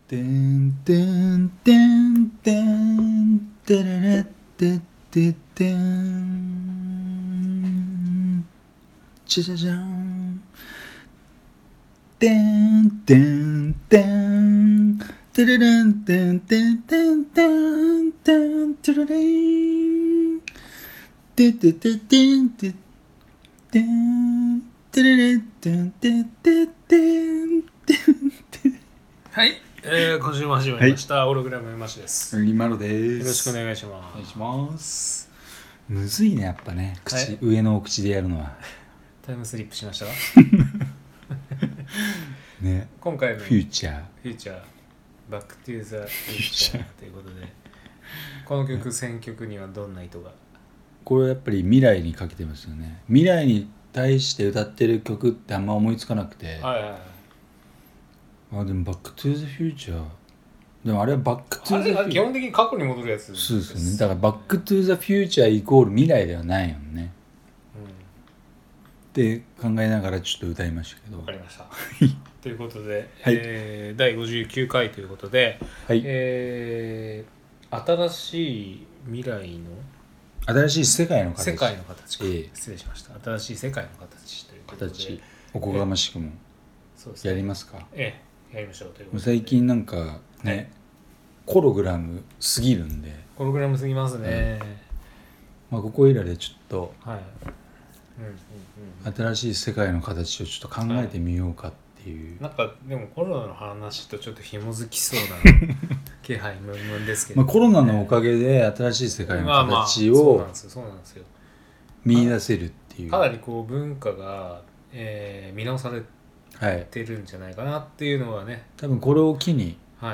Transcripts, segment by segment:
てんてんてんてんてれれってっててんじゃじゃじゃんてんてんてんてれれんてんてんてんてんてんてれれんててててんててんてれれんてんてんてんてんてんはい、今週も始まりました、オログラムマシです。 リマロです。 よろしくお願いします。 お願いします。むずいねやっぱね、 はい、 上のお口でやるのはタイムスリップしましたね。 今回のフューチャーバックトゥーザフューチャーということで、この曲選曲にはどんな意図が？ これやっぱり未来にかけてますよね。未来に対して歌ってる曲ってあんま思いつかなくて、 はいはいはい。 あでもバックトゥーザフューチャーでもあれはバックトゥーザフューチャー、 基本的に過去に戻るやつです。 そうですよね。だからバックトゥーザフューチャーイコール未来ではないよね、って考えながらちょっと歌いましたけど。 わかりましたということで、 はい、 第59回ということで、 はい、 新しい未来の新しい世界の形、 世界の形か、失礼しました。新しい世界の形ということで、 形おこがましくもそうですね、 やりますか。 やりましょうということで。 最近なんかね、はい、コログラムすぎるんで。 コログラムすぎますね、 まあ、ここいらでちょっと、 はい、 新しい世界の形をちょっと考えてみようかっていう、 なんかでもコロナの話とちょっと紐づきそうな気配ムンムンですけど、 まあ、コロナのおかげで新しい世界の形を見出せるっていう、 かなりこう文化が、見直されてるんじゃないかなっていうのはね、 多分これを機に、 はい、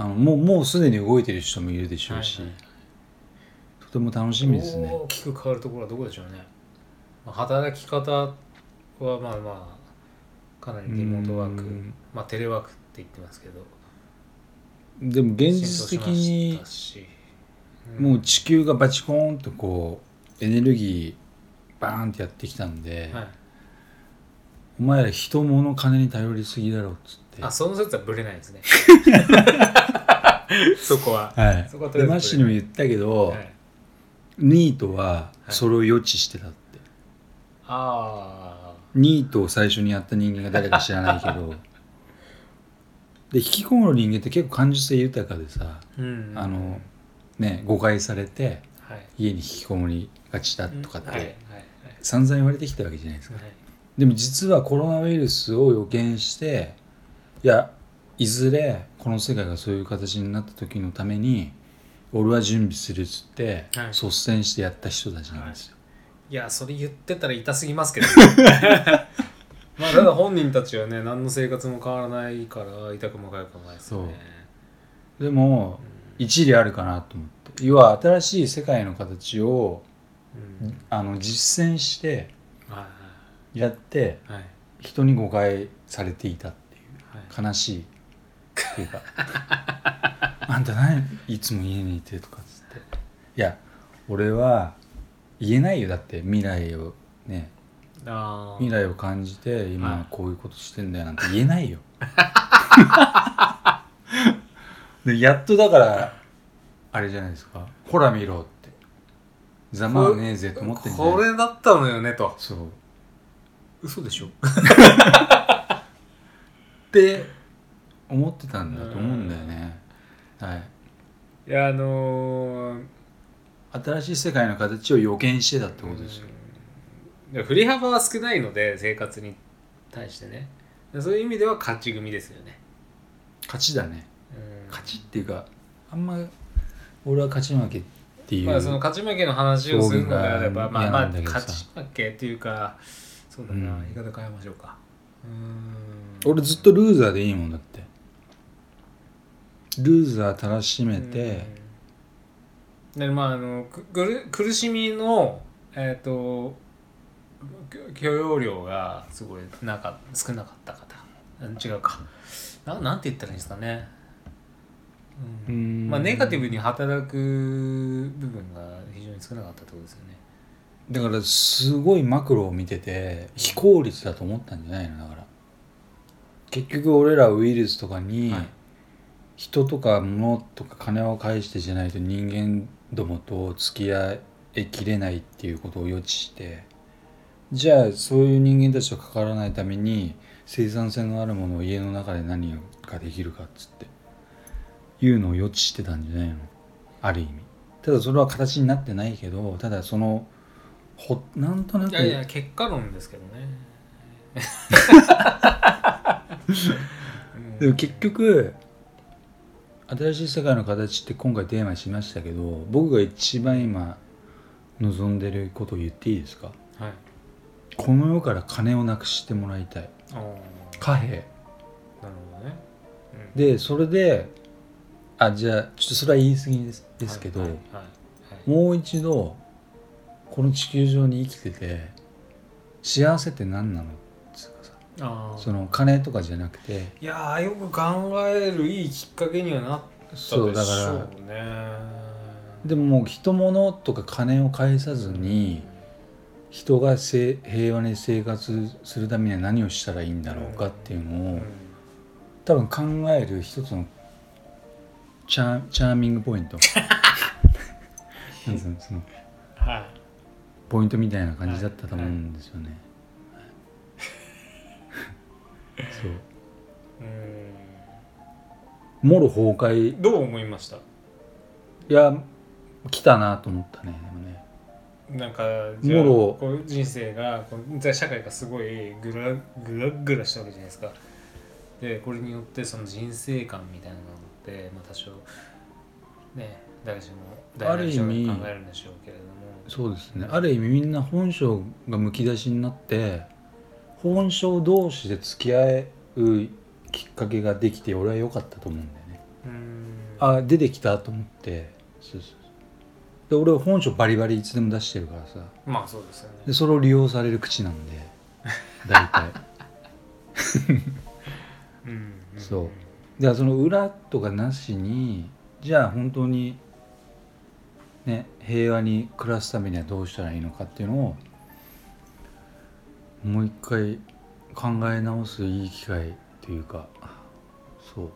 もうすでに動いてる人もいるでしょうし、はいはい、とても楽しみですね。 大きく変わるところはどこでしょうね。働き方はまあまあかなりリモートワーク、まあテレワークって言ってますけど、 でも現実的にもう地球がバチコーンとこうエネルギーバーンってやってきたんで、はい、お前ら人物金に頼りすぎだろっつって。 その説はブレないですねそこは、 はい、そこはでマッシュにも言ったけど、はい、ニートはそれを予知してたって、 はい、 ニートを最初にやった人間が誰か知らないけどで引きこもる人間って結構感受性豊かでさ、ね、誤解されて、はい、家に引きこもりがちだとかって散々言われてきたわけじゃないですか、はい、でも実はコロナウイルスを予見して、いずれこの世界がそういう形になった時のために俺は準備するっつって、はい、率先してやった人たちなんですよ、はい、 いやそれ言ってたら痛すぎますけどまあただ本人たちはね何の生活も変わらないから痛くも痒くもないですよね。 でも、一理あるかなと思って、要は新しい世界の形を、実践してやって、はい、人に誤解されていたっていう、はい、悲しいっていうかあんた何いつも家にいてとかっつって、いや俺は言えないよ、だって未来をね、未来を感じて今こういうことしてんだよなんて言えないよでやっとだからあれじゃないですか、ほら見ろってざまあねえぜと思ってんじゃない。 これだったのよねと。 そう嘘でしょって思ってたんだと思うんだよね。はい。 いや新しい世界の形を予見してたってことですよ。 振り幅は少ないので生活に対してね、そういう意味では勝ち組ですよね。 勝ちだね。勝ちっていうかあんま俺は勝ち負けっていう、 まあその勝ち負けの話をするのであれば、まあ勝ち負けっていうか、そうだな、言い方変えましょうか。 俺ずっとルーザーでいいもんだって。ルーザーたらしめて、 でまあ苦しみの許容量がすごい少なかった方、違うか、なんて言ったらいいんですかね。まあネガティブに働く部分が非常に少なかったってことですよね。 だからすごいマクロを見てて非効率だと思ったんじゃないの。だから結局俺らウイルスとかに人とか物とか金を介してじゃないと人間どもと付き合いきれないっていうことを予知して、じゃあそういう人間たちと関わらないために生産性のあるものを家の中で何ができるかっつっていうのを予知してたんじゃないの、ある意味。ただそれは形になってないけど、ただそのなんとなく、 いやいや結果論ですけどねでも結局新しい世界の形って今回テーマにしましたけど、僕が一番今望んでることを言っていいですか。 はい、 この世から金をなくしてもらいたい。貨幣。 なるほどね、 でそれでじゃあちょっとそれは言い過ぎですけど、もう一度この地球上に生きてて幸せって何なのっていうかさ、その金とかじゃなくて、 いやよく考えるいいきっかけにはなったでしょうね。 そうだからでももう人物とか金を介さずに、人が平和に生活するためには何をしたらいいんだろうかっていうのを多分考える一つのチャーミングポイントそのポイントみたいな感じだったと思うんですよね、そうもろ崩壊。 どう思いました？ いや来たなと思ったね。でもね、 なんかじゃあこう人生が社会がすごいグラグラしたわけじゃないですか。でこれによってその人生観みたいなのって、多少ね誰しも考えるんでしょうけれども、 そうですね、ある意味みんな本性がむき出しになって本性同士で付き合うきっかけができて、俺は良かったと思うんだよね。出てきたと思って。そうで俺は本性バリバリいつでも出してるからさ。 まあそうですよね。 でそれを利用される口なんで大体そうだからその裏とかなしに、じゃあ本当にね平和に暮らすためにはどうしたらいいのかっていうのをもう一回考え直すいい機会というか、そう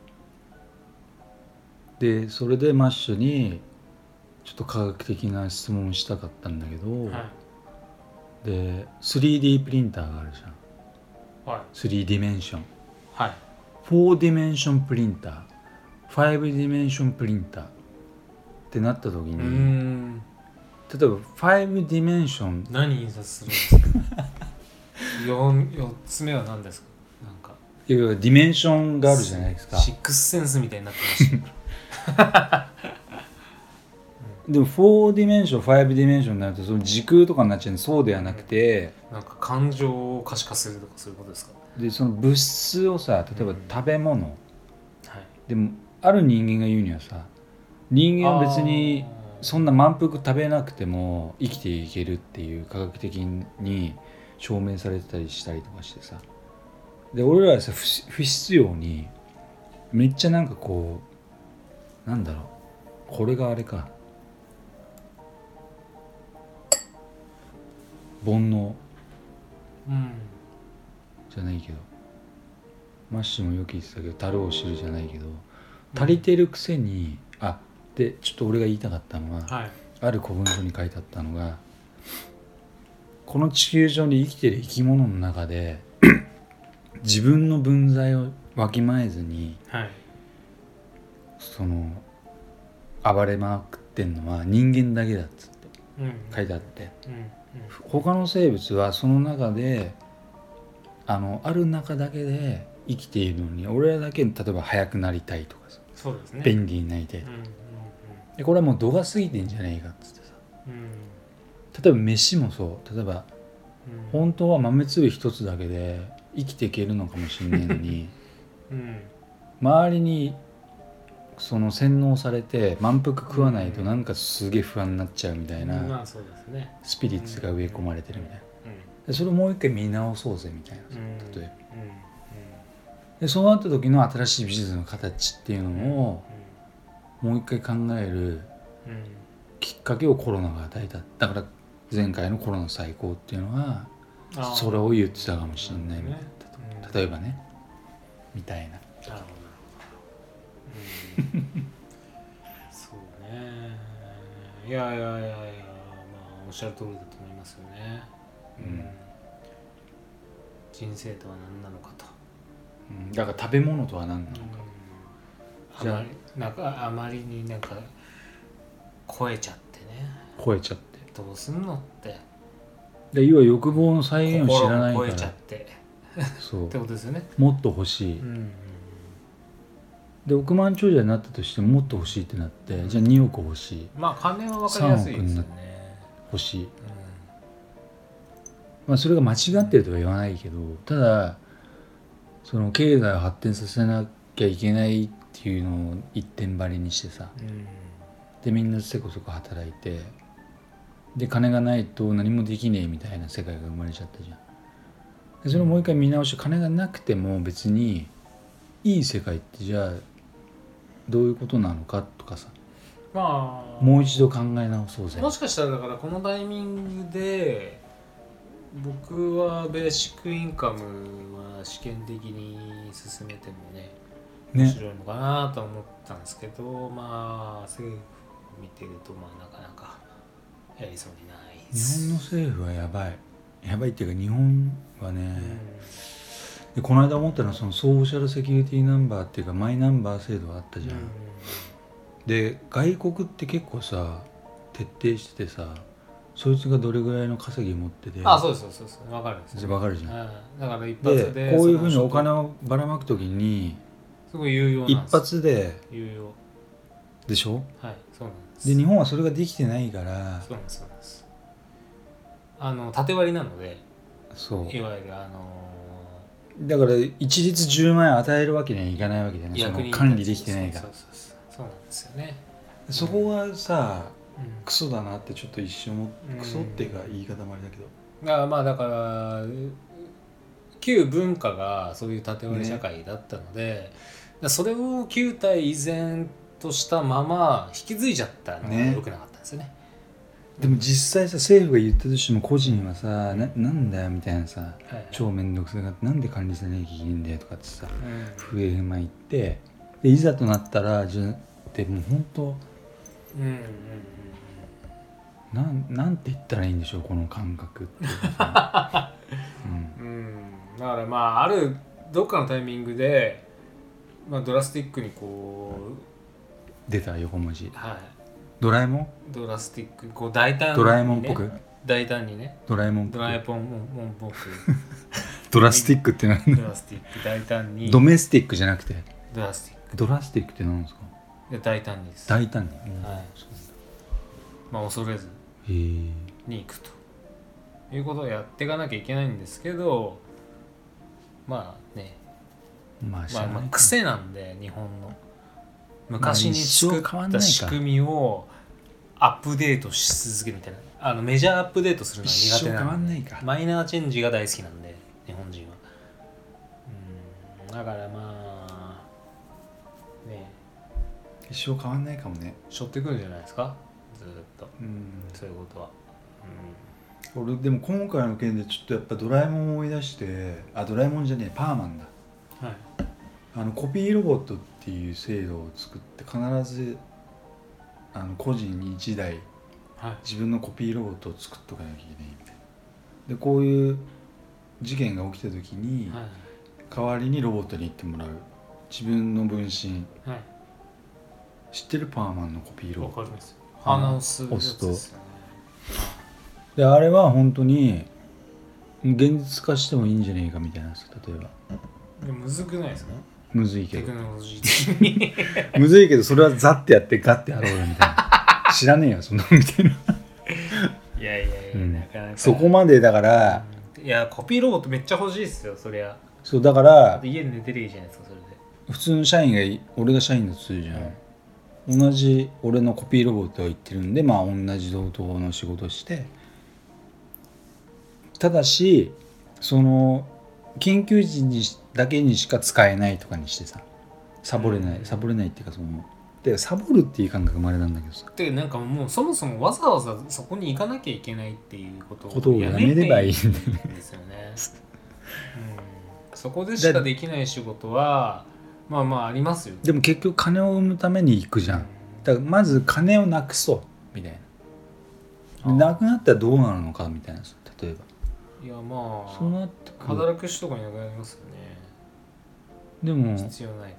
でそれでマッシュにちょっと科学的な質問をしたかったんだけど、で 3D プリンターがあるじゃん、3ディメンション、4ディメンションプリンター、5ディメンションプリンターってなった時に、例えば5ディメンション何印刷するんですか4つ目は何ですか？なんかいやディメンションがあるじゃないですか。 シックスセンスみたいになってましたでも4ディメンション5ディメンションになるとその時空とかになっちゃうんで、そうではなくて、 なんか感情を可視化するとかそういうことですか？ でその物質をさ、例えば食べ物、でもある人間が言うにはさ、人間は別にそんな満腹食べなくても生きていけるっていう科学的に証明されてたりしたりとかしてさ、で俺らはさ不必要にめっちゃなんかこうなんだろう、これがあれか、煩悩、じゃないけど、マッシュもよく言ってたけど樽を知るじゃないけど、足りてるくせに、でちょっと俺が言いたかったのは、ある古文書に書いてあったのが、この地球上に生きてる生き物の中で自分の分際をわきまえずに、その暴れまくってんのは人間だけだっつって書いてあって、他の生物はその中である中だけで生きているのに、俺らだけ例えば速くなりたいとかさ、 そうですね、 便利になりたいとか、でこれはもう度が過ぎてんじゃねえかっつってさ、例えば飯もそう、例えば、本当は豆粒一つだけで生きていけるのかもしれないのに、周りにその洗脳されて満腹食わないとなんかすげえ不安になっちゃうみたいなスピリッツが植え込まれてるみたいな、でそれをもう一回見直そうぜみたいな、例えば、でそうなった時の新しいビジネスの形っていうのをもう一回考えるきっかけをコロナが与えた。だから前回のコロナ最高っていうのはそれを言ってたかもしれないみたいな、例えばねみたいな。 そうね。いや、まあおっしゃる通りだと思いますよね。人生とは何なのかと。 だから食べ物とは何なのか。 あまりになんか超えちゃってね。 超えちゃって。 どうすんのって。 で要は欲望の再現を知らないから。 心も超えちゃって。そうってことですよね。 もっと欲しい。で億万長者になったとしてももっと欲しいってなって、じゃあ2億欲しい。 まあ金は分かりやすいですよね。 欲しい。まあそれが間違ってるとは言わないけど、ただその経済を発展させなきゃいけないっていうのを一点張りにしてさ、でみんなせこそこ働いて、で金がないと何もできねえみたいな世界が生まれちゃったじゃん。でそれをもう一回見直して、金がなくても別にいい世界ってじゃあどういうことなのかとかさ、 まあもう一度考え直そうぜ。 もしかしたらだからこのタイミングで僕はベーシックインカムは試験的に進めてもね面白いのかなと思ったんですけど、まあ政府を見てるとまあなかなかやりそうにないです。 日本の政府はやばいっていうか、日本はね、でこの間思ったのは、そのソーシャルセキュリティナンバーっていうかマイナンバー制度があったじゃん。で外国って結構さ徹底しててさ、そいつがどれぐらいの稼ぎ持ってて、 そうです分かるんですよ、 分かるじゃん。 だから一発でこういうふうにお金をばらまくときにすごい有用なんです。 一発で有用でしょ。 はい、そうなんです。 で日本はそれができてないから。 そうなんです。縦割りなので、 そういわゆるだから一律10万円与えるわけにはいかないわけだよね。その管理できてないから。 そうなんですよね。 そこはさ、クソだなってちょっと一瞬クソっていうか言い方もあれだけど、 まあだから旧文化がそういう縦割り社会だったので、それを旧態依然としたまま引き継いじゃったのが良くなかったんですよね。 でも実際さ、政府が言ったとしても個人はさ、なんだよみたいなさ、超めんどくさがってなんで管理さなきゃいけないんだよとかってさ、不平不満言って、でいざとなったらじゃってもう本当、なんて言ったらいいんでしょうこの感覚っていうかだからまああるどっかのタイミングで、まあ、ドラスティックにこう出た横文字、 はい、 ドラえもん、 ドラスティックこう大胆に、ね、 ドラえもんっぽく、 大胆にね、 ドラえもんっぽく、 ドラえもんっぽくドラスティックって何だ。 ドラスティック大胆に、 ドメスティックじゃなくてドラスティック、 ドラスティックって何ですか。 大胆にです。 大胆に、 はい、まあ恐れずに行くということをやっていかなきゃいけないんですけど、まあね、まあ癖なんで、日本の昔に作った仕組みをアップデートし続けるみたいな、メジャーアップデートするのは苦手なんで、マイナーチェンジが大好きなんで日本人は。だからまあね、 一生変わんないかもね。 背負ってくるんじゃないですか、ずっと。そういうことは。 俺でも今回の件でちょっとやっぱドラえもんを思い出して、ドラえもんじゃねえ、パーマンだ。はい。コピーロボットっていう制度を作って、必ず個人に1台、自分のコピーロボットを作っとかなきゃいけないみたいな。でこういう事件が起きた時に、代わりにロボットに行ってもらう、自分の分身、知ってるパーマンのコピーロボット。わかります。 鼻を押すと、 であれは本当に現実化してもいいんじゃねえかみたいな、例えば。 むずくないですか。 むずいけど、 テクノロジー的にむずいけど、それはザッてやってガッてやろうよみたいな知らねえよそんなみたいな。 いや、なかなかそこまでだから、 いやコピーロボットめっちゃ欲しいっすよ、そりゃ。 そうだから家で寝てりゃいいじゃないですか、それで。 普通の社員が俺が社員だとするじゃん、同じ俺のコピーロボットが言ってるんで、まあ同じ同等の仕事をして、ただしその緊急時にだけにしか使えないとかにしてさ、サボれないっていうか、そのでサボるっていう感覚もあれなんだけどさ、 でなんかもうそもそもわざわざそこに行かなきゃいけないっていうことをやめればいいんですよねそこでしかできない仕事は、 まあまあありますよ。 でも結局金を生むために行くじゃん。だからまず金をなくそうみたいな。なくなったらどうなるのかみたいな。例えばいやまあそうなってくる。 働く人がいなくなりますよね。 でも必要ないから。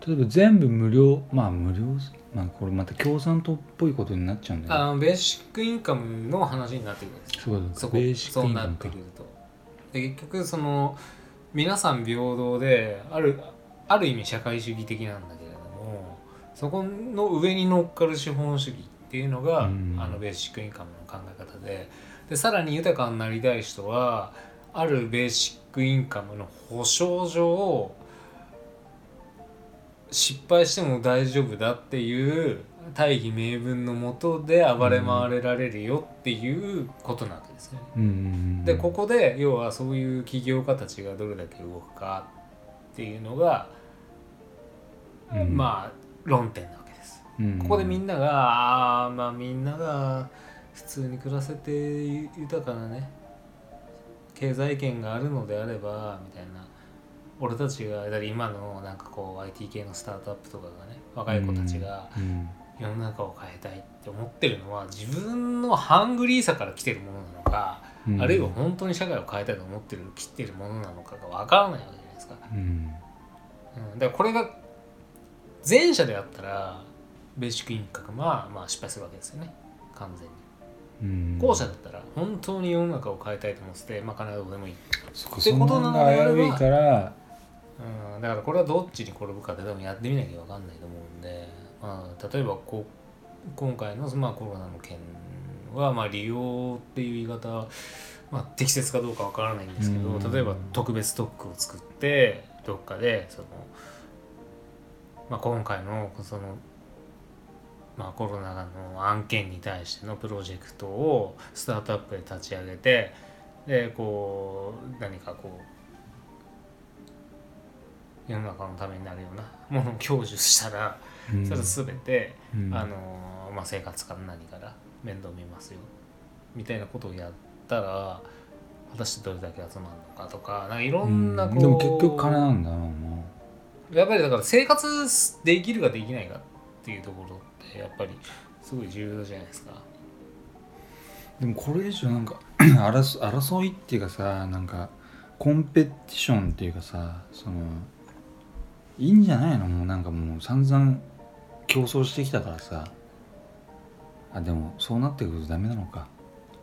例えば全部無料、まあ無料、まあこれまた共産党っぽいことになっちゃうんだよね。 ベーシックインカムの話になってくるんです。 そうベーシックインカムか。 そうなってくると。で結局その皆さん平等である意味社会主義的なんだけれども、そこの上に乗っかる資本主義っていうのが、ベーシックインカムの考え方で、さらに豊かになりたい人はあるベーシックインカムの保証上失敗しても大丈夫だっていう大義名分のもとで暴れ回れられるよっていうことなわけですね。でここで要はそういう起業家たちがどれだけ動くかっていうのが、まあ論点なわけです。ここでみんながまあみんなが普通に暮らせて豊かなね経済圏があるのであればみたいな、俺たちが今のなんかこう IT 系のスタートアップとかがね、若い子たちが世の中を変えたいって思ってるのは自分のハングリーさから来てるものなのか、あるいは本当に社会を変えたいと思ってる来てるものなのかが分からないわけじゃないですか。だからこれが前者であったらベーシックインカムはまあ失敗するわけですよね、完全に。後者だったら本当に世の中を変えたいと思ってて、まあ金どうでもいいってことなのであれば、だからこれはどっちに転ぶかって多分やってみなきゃ分かんないと思うんで、例えば今回の、まあ、コロナの件は、まあ、利用っていう言い方、まあ、適切かどうか分からないんですけど、例えば特別特区を作ってどっかでまあ、今回のまあ、コロナの案件に対してのプロジェクトをスタートアップで立ち上げて、で何か世の中のためになるようなものを享受したら、それは全て、まあ、生活から何から面倒見ますよみたいなことをやったら果たしてどれだけ集まるのかとか、なんかいろんなでも結局金なんだろうな。 やっぱりだから生活できるかできないかっていうところってやっぱりすごい重要じゃないですか。 でもこれ以上なんか争いっていうかさ、なんかコンペティションっていうかさ、いいんじゃないの？もうなんかもう散々競争してきたからさ。でもそうなってくるとダメなのか。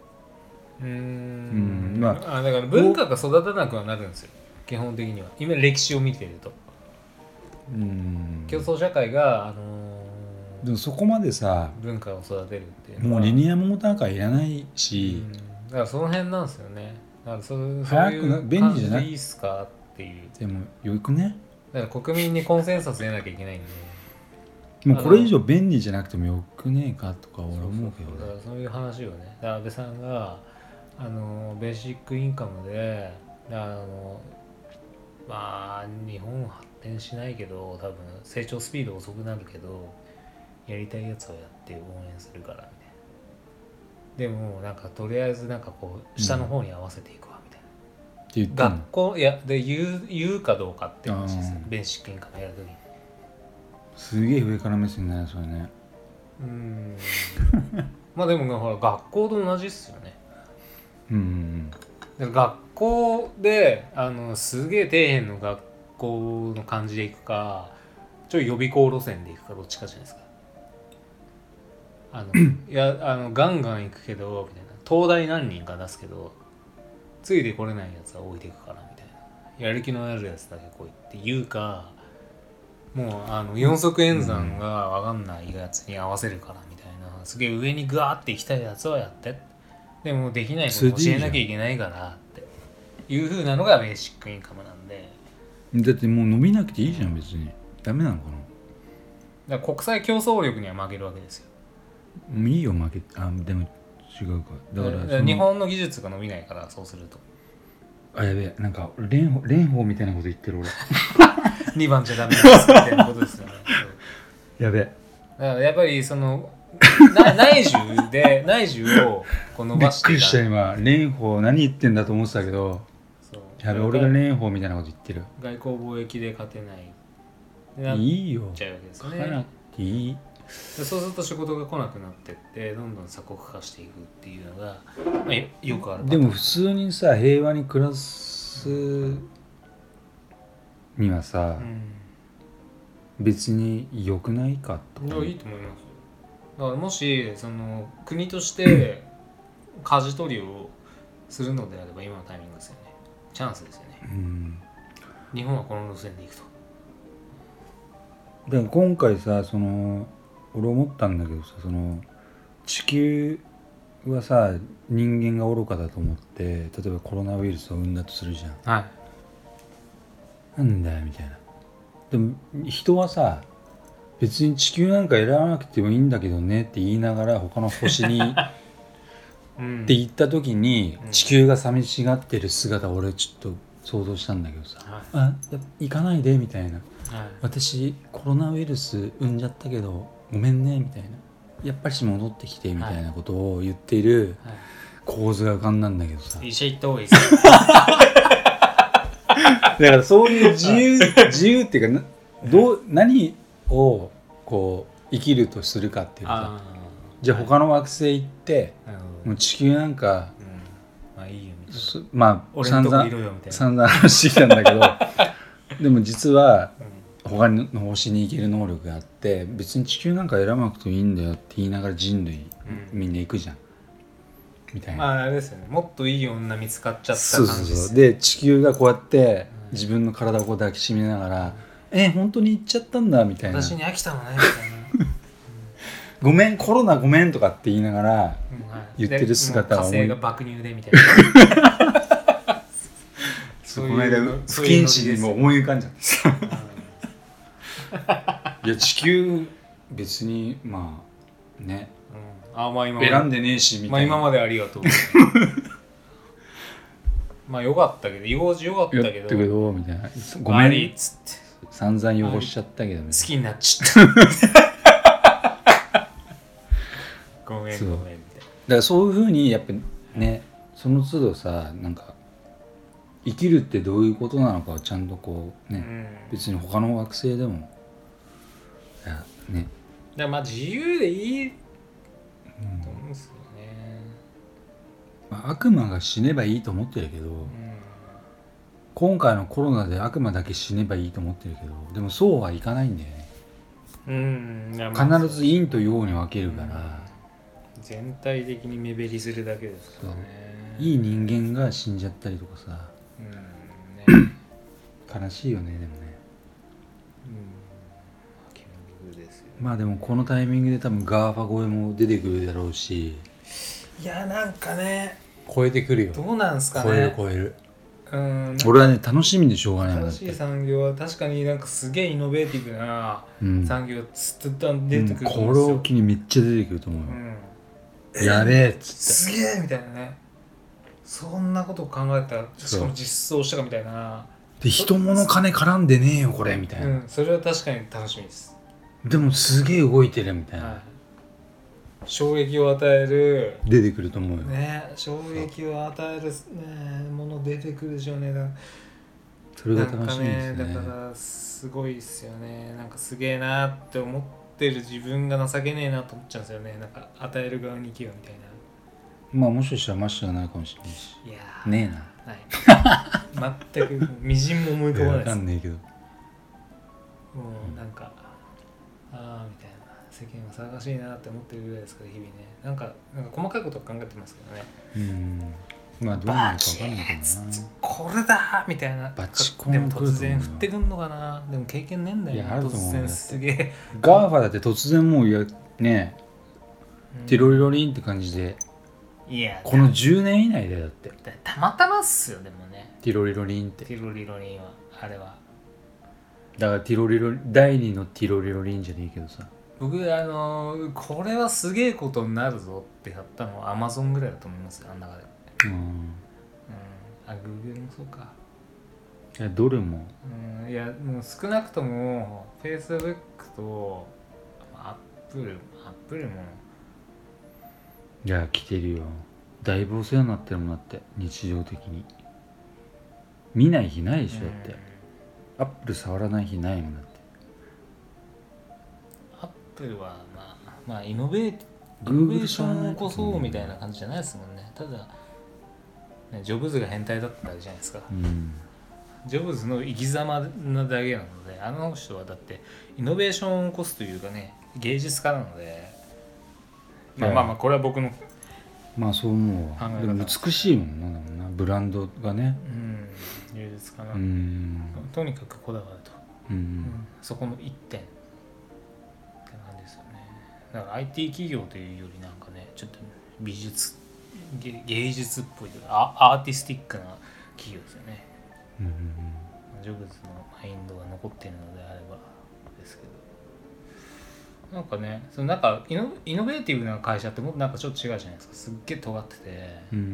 まあだから文化が育たなくはなるんですよ、基本的には。今歴史を見ていると競争社会がでもそこまでさ文化を育てるっていうのはもうリニアモーターカーいらないし、 だからその辺なんですよね。だからそういう便利じゃないいいっすかっていう。 でもよくね、 だから国民にコンセンサス得なきゃいけないんで、 もうこれ以上便利じゃなくてもよくねえかとか俺思うけどね。 だからそういう話をね、安倍さんがベーシックインカムでまあ日本発展しないけど多分成長スピード遅くなるけどやりたいやつをやって応援するからみたいな。でもなんかとりあえずなんか下の方に合わせていくわみたいな、って言ってんの？学校で言うかどうかっていう話ですよ、ベーシックインカムやるときに。 すげえ上から目線だねそれね。 まあでもほら学校と同じっすよね。学校ですげえ底辺の学校の感じでいくか、ちょい予備校路線でいくかどっちかじゃないですか。ガンガン行くけどみたいな、東大何人か出すけどついてこれないやつは置いていくからみたいな、やる気のあるやつだけ来いって言うか、もう四則演算が分かんないやつに合わせるからみたいな、すげえ上にグワーって行きたいやつはやって、でもできないこと教えなきゃいけないからっていう風なのがベーシックインカムなんで。 だってもう伸びなくていいじゃん別に。ダメなのかな。 だから国際競争力には負けるわけですよ。 いいよ負けでも違うか。だから日本の技術が伸びないから、そうするとやべえ、なんか蓮舫みたいなこと言ってる俺 2番じゃダメですみたいなことですよねやべえ。 だからやっぱり内需を伸ばしてびっくりした今。蓮舫何言ってんだと思ってたけど、やべえ俺が蓮舫みたいなこと言ってる。 外交貿易で勝てないなっいいよちゃうわけですよ書かなね。 くていい。 でそうすると仕事が来なくなってってどんどん鎖国化していくっていうのが、まあ、よくあるパターン。 でも普通にさ平和に暮らすにはさ、別に良くないかとか。 いいと思います。だからもしその国として舵取りをするのであれば今のタイミングですよね。チャンスですよね。日本はこの路線で行くと。 だから今回さその俺思ったんだけどさ、その地球はさ人間が愚かだと思って例えばコロナウイルスを生んだとするじゃん。 はい。 なんだよみたいな。でも人はさ別に地球なんか選ばなくてもいいんだけどねって言いながら他の星にって言った時に地球が寂しがってる姿を俺ちょっと想像したんだけどさ、あ行かないでみたいな、私コロナウイルス産んじゃったけどごめんねみたいな、やっぱり戻ってきてみたいなことを言っている構図が浮かんだんだけどさ、 医者行った方がいいですよ。 だからそういう自由っていうか何をこう生きるとするかっていうか、じゃあ他の惑星行って、もう地球なんか、 まあいいよみたいな、 まあ俺のとこいろよみたいな散々話してきたんだけどでも実は他の星に行ける能力があって別に地球なんか選ばなくてもいいんだよって言いながら人類、みんな行くじゃんみたいな。 まああれですよね、もっといい女見つかっちゃった感じです。 そうで地球がこうやって自分の体をこう抱きしめながら、本当に行っちゃったんだみたいな、 私に飽きたのねみたいなごめんコロナごめんとかって言いながら言ってる姿は火星が爆乳でみたいなこの間不謹慎にも思い浮かんじゃってさいや地球別にまあね、 まあ今選んでねえしみたいな、 今までありがとうまあよかったけど用事よかったけどみたいな、ごめんっつって散々汚しちゃったけどね、 好きになっちゃったごめんごめんみたいな。だからそういう風にやっぱねその都度さなんか生きるってどういうことなのかをちゃんとこうね、別に他の惑星でもね、 だからまあ自由でいいと思うんですよね、 悪魔が死ねばいいと思ってるけど、今回のコロナで悪魔だけ死ねばいいと思ってるけどでもそうはいかないんだよね、必ず陰と陽に分けるから、 全体的に目減りするだけですからね。 いい人間が死んじゃったりとかさ、悲しいよねでもね。まあでもこのタイミングで多分ガーファ声も出てくるだろうし、 いやなんかね超えてくるよ。 どうなんすかね。 超える。俺はね楽しみでしょうがないもん。 新しい産業は確かになんかすげえイノベーティブな産業がずっと出てくると思うんですよ。 これを機にめっちゃ出てくると思うよ、やべえっつってすげえみたいなね、そんなことを考えたらしかも実装したかみたいなで人物金絡んでねえよこれみたいな、 それは確かに楽しみです。 でもすげえ動いてるみたいな、 衝撃を与える出てくると思うよね、衝撃を与える、ね、もの出てくるでしょうね。 それが楽しみですね。 だからすごいですよね。なんかすげえなって思ってる自分が情けねえなと思っちゃうんですよね。なんか与える側に行けよみたいな。 まあもしかしたらマッシュがないかもしれないし、 いやねえな、はい、全くみじんも思い浮かばないです。 分かんねえけど、 もうなんか、ああみたいな、世間は騒がしいなって思ってるぐらいですから日々ね。なんか細かいことを考えてますけどね。 まあどうなるか分かんないけどな。 これだみたいな。 バチコンでも突然降ってくんのかな。でも経験ねえんだよ。突然すげえ。 ガーファだって突然もうね、ティロリロリンって感じで。いやこの10年以内でだってたまたまっすよ。でもねティロリロリンってティロリロリンはあれはだからティロリロ第2のティロリロリンじゃねえけどさ、 僕これはすげえことになるぞってやったのはアマゾンぐらいだと思いますよ。あん中でGoogle もそうか。 いやどれもいやもう少なくとも Facebook とアップルもいや来てるよ。だいぶお世話になってるもんだって日常的に見ない日ないでしょ。だってアップル触らない日ないもんだって。 プルはまあイノベーションを起こそうみたいな感じじゃないですもんね。ただ、ね、ジョブズが変態だっただけじゃないですか、うん、ジョブズの生き様なだけなので、あの人はだってイノベーションを起こすというかね、芸術家なので、まあこれは僕のまあそう思うわ。でも美しいもんな、ブランドがね、 芸術家な、とにかくこだわると、そこの一点って感じですよね。だから IT 企業というよりなんかね、ちょっと美術芸術っぽいというかアーティスティックな企業ですよね、ジョブズのマインドが残っているのであればですけど、なんかね、そのなんかイノベーティブな会社ってもっとなんかちょっと違うじゃないですか。すっげえ尖ってて、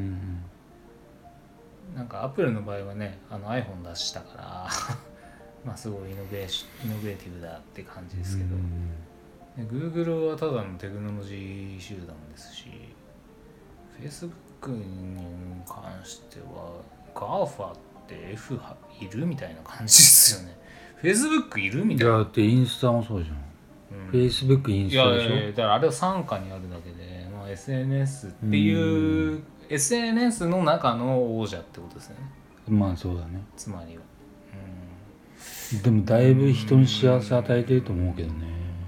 なんかアップルの場合はね、iPhone 出したからまあすごいイノベーティブだって感じですけど、Google はただのテクノロジー集団ですし、Facebook に関しては GAFA って F いるみたいな感じですよね。Facebook いるみたいな。 いやだってインスタもそうじゃん、Facebook インスタでしょ。 いやだからあれは傘下にあるだけで、まあ、SNS っていう、SNS の中の王者ってことですよね。 まあそうだね。 つまりは、 でもだいぶ人に幸せ与えてると思うけどね。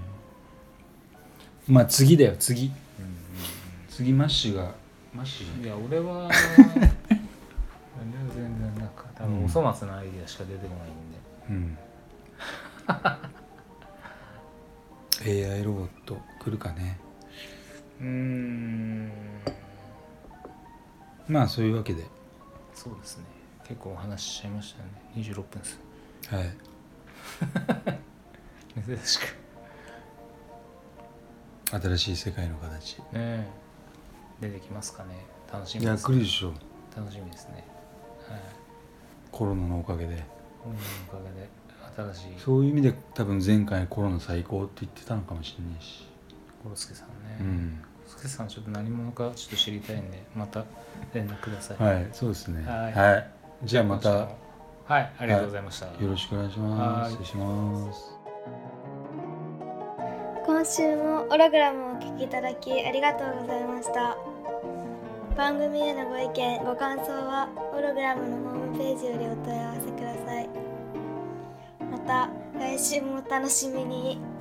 まあ次だよ次、次マッシュがいや俺は全然なんか多分お粗末なアイディアしか出てこないんで、AI ロボット来るかね。まあそういうわけで、 そうですね、結構お話ししちゃいましたね。26分です。 はい珍しく新しい世界の形ね出てきますかね。楽しみです、 いや来るでしょ。 楽しみですね、はい、 コロナのおかげで新しい、 そういう意味で多分前回コロナ最高って言ってたのかもしれないし、 コロスケさんね、コロスケさんちょっと何者かちょっと知りたいんでまた連絡ください。 はい、そうですね。はい、じゃあまた、 はい、ありがとうございました。 よろしくお願いします。失礼します。 今週もオログラムをお聞きいただきありがとうございました。番組へのご意見ご感想はオログラムのホームページよりお問い合わせください。また来週もお楽しみに。